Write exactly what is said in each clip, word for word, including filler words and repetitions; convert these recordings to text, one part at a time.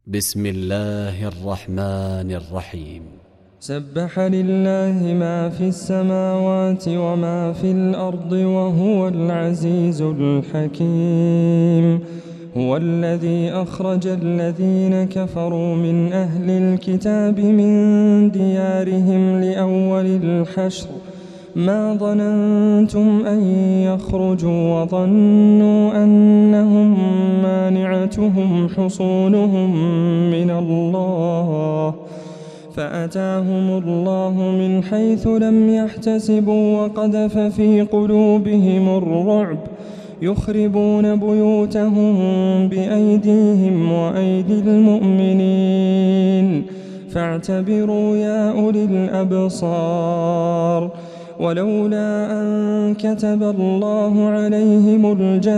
بسم الله الرحمن الرحيم. سبح لله ما في السماوات وما في الأرض وهو العزيز الحكيم. هو الذي أخرج الذين كفروا من أهل الكتاب من ديارهم لأول الحشر ما ظننتم أن يخرجوا وظنوا أنهم مانعتهم حصونهم من الله فأتاهم الله من حيث لم يحتسبوا وقذف في قلوبهم الرعب يخربون بيوتهم بأيديهم وأيدي المؤمنين فاعتبروا يا أولي الأبصار. ولولا أن كتب الله عليهم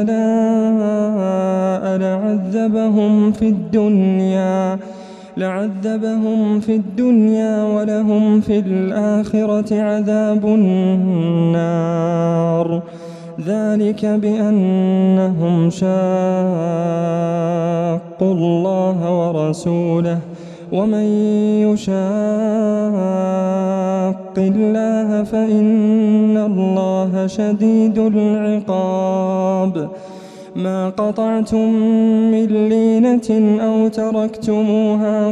الجلاء لعذبهم في الدنيا لعذبهم في الدنيا ولهم في الآخرة عذاب النار. ذلك بأنهم شاقوا الله ورسوله ومن يشاق الله فإن الله شديد العقاب. ما قطعتم من لينة أو تركتموها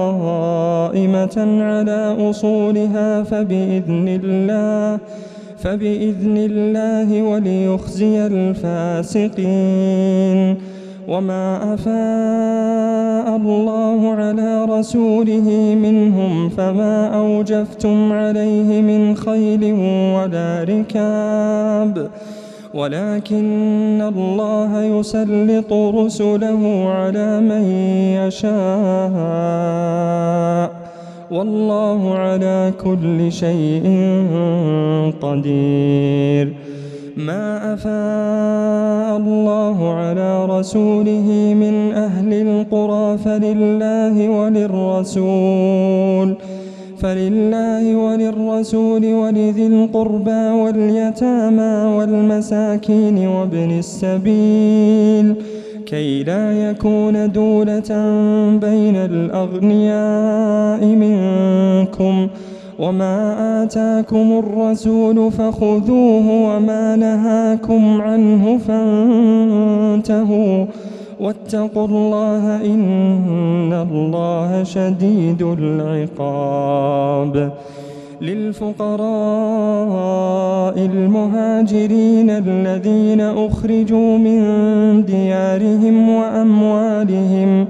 قائمة على أصولها فبإذن الله فبإذن الله وليخزي الفاسقين. وما أفاء الله على رسوله منهم فما أوجفتم عليه من خيل ولا ركاب ولكن الله يسلط رسله على من يشاء والله على كل شيء قدير. ما أفاء الله على رسوله من أهل القرى فلله وللرسول فلله وللرسول ولذي القربى واليتامى والمساكين وابن السبيل كي لا يكون دولة بين الأغنياء منكم. وما آتاكم الرسول فخذوه وما نهاكم عنه فانتهوا واتقوا الله إن الله شديد العقاب. للفقراء المهاجرين الذين أخرجوا من ديارهم وأموالهم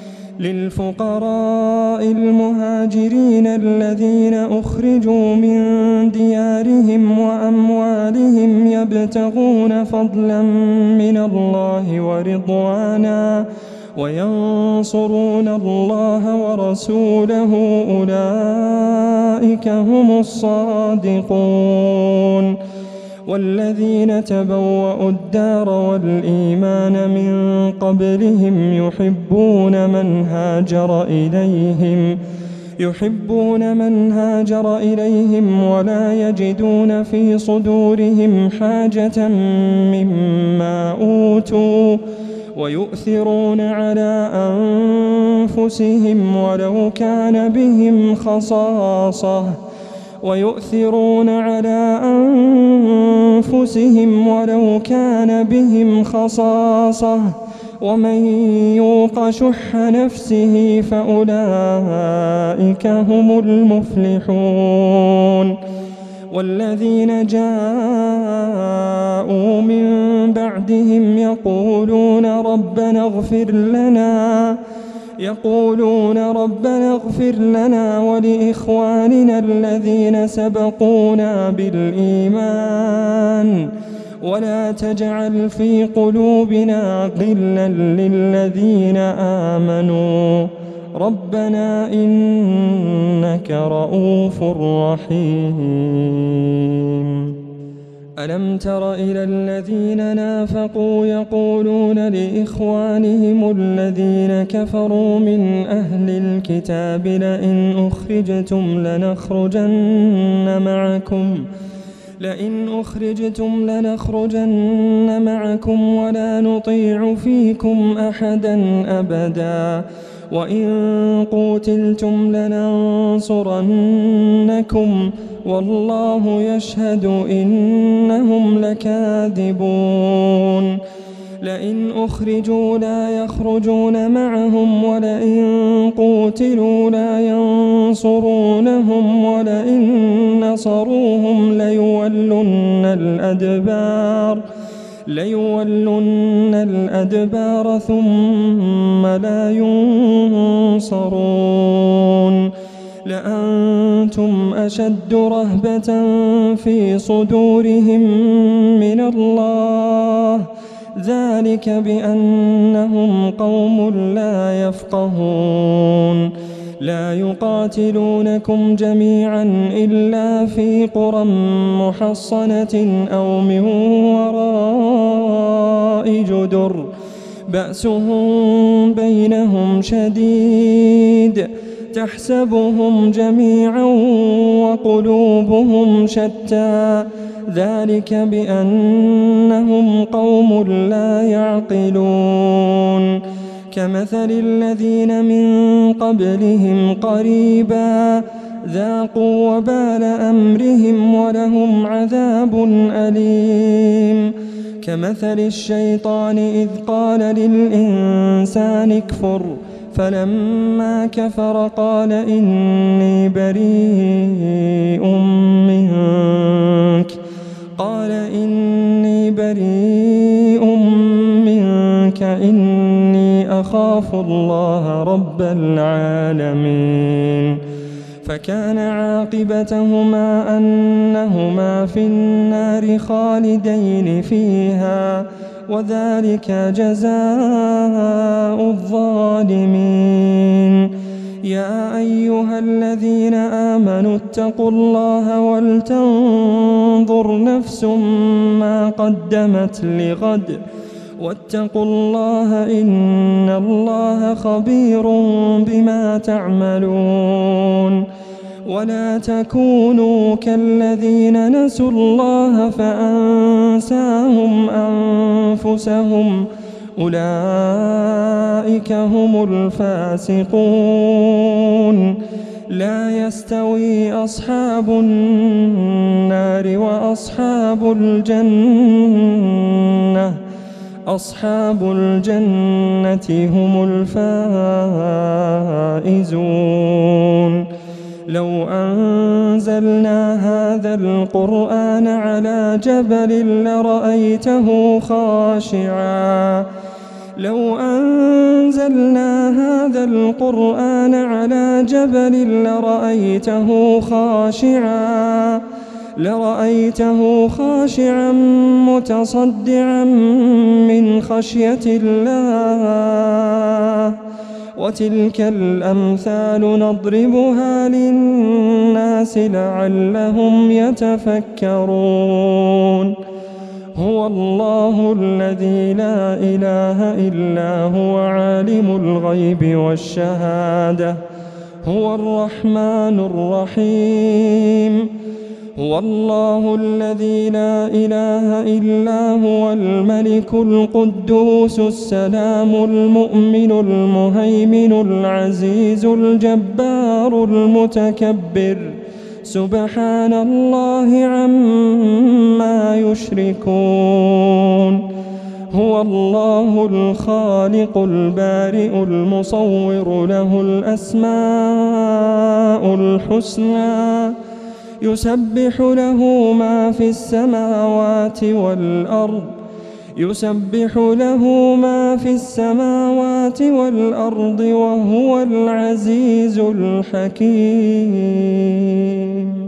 للفقراء المهاجرين الذين أخرجوا من ديارهم وأموالهم يبتغون فضلا من الله ورضوانا وينصرون الله ورسوله أولئك هم الصادقون. والذين تبوأوا الدار والإيمان من قبلهم يحبون من هاجر إليهم يحبون من هاجر إليهم ولا يجدون في صدورهم حاجة مما أوتوا ويؤثرون على أنفسهم ولو كان بهم خصاصة ويؤثرون على أنفسهم ولو كان بهم خصاصة ومن يوق شح نفسه فأولئك هم المفلحون. والذين جاءوا من بعدهم يقولون ربنا اغفر لنا يقولون ربنا اغفر لنا ولإخواننا الذين سبقونا بالإيمان ولا تجعل في قلوبنا غلا للذين آمنوا ربنا إنك رؤوف رحيم. ألم تر إلى الذين نافقوا يقولون لإخوانهم الذين كفروا من أهل الكتاب لئن أخرجتم لنخرجن معكم لئن أخرجتم لنخرجن معكم ولا نطيع فيكم أحدا أبدا وإن قوتلتم لننصرنكم والله يشهد إنهم لكاذبون لئن أخرجوا لا يخرجون معهم ولئن قوتلوا لا ينصرونهم ولئن نصروهم ليولن الأدبار ليولن الأدبار ثم لا ينصرون لأنتم أشد رهبة في صدورهم من الله ذلك بأنهم قوم لا يفقهون لا يقاتلونكم جميعا إلا في قرى محصنة أو من وراء جدر بأسهم بينهم شديد تحسبهم جميعا وقلوبهم شتى ذلك بأنهم قوم لا يعقلون كمثل الذين من قبلهم قريبا ذاقوا وبال أمرهم ولهم عذاب أليم كمثل الشيطان إذ قال للإنسان اكفر فلما كفر قال إني بريء منك قال إني بريء منك إني أخاف الله رب العالمين فكان عاقبتهما أنهما في النار خالدين فيها وذلك جزاء الظالمين يا أيها الذين آمنوا اتقوا الله ولتنظر نفس ما قدمت لغد واتقوا الله إن الله خبير بما تعملون ولا تكونوا كالذين نسوا الله فأنساهم أنفسهم أولئك هم الفاسقون لا يستوي أصحاب النار وأصحاب الجنة أصحاب الجنة هم الفائزون لو أنزلنا هذا القرآن على جبل لرأيته خاشعا لو أنزلنا هذا القرآن على جبل لرأيته خاشعا لرأيته خاشعا متصدعا من خشية الله وتلك الأمثال نضربها للناس لعلهم يتفكرون هو الله الذي لا إله إلا هو عالم الغيب والشهادة هو الرحمن الرحيم هو الله الذي لا إله إلا هو الملك القدوس السلام المؤمن المهيمن العزيز الجبار المتكبر سبحان الله عما يشركون هو الله الخالق البارئ المصور له الأسماء الحسنى يسبح له ما في السماوات والأرض يسبح له ما في السماوات والأرض وهو العزيز الحكيم.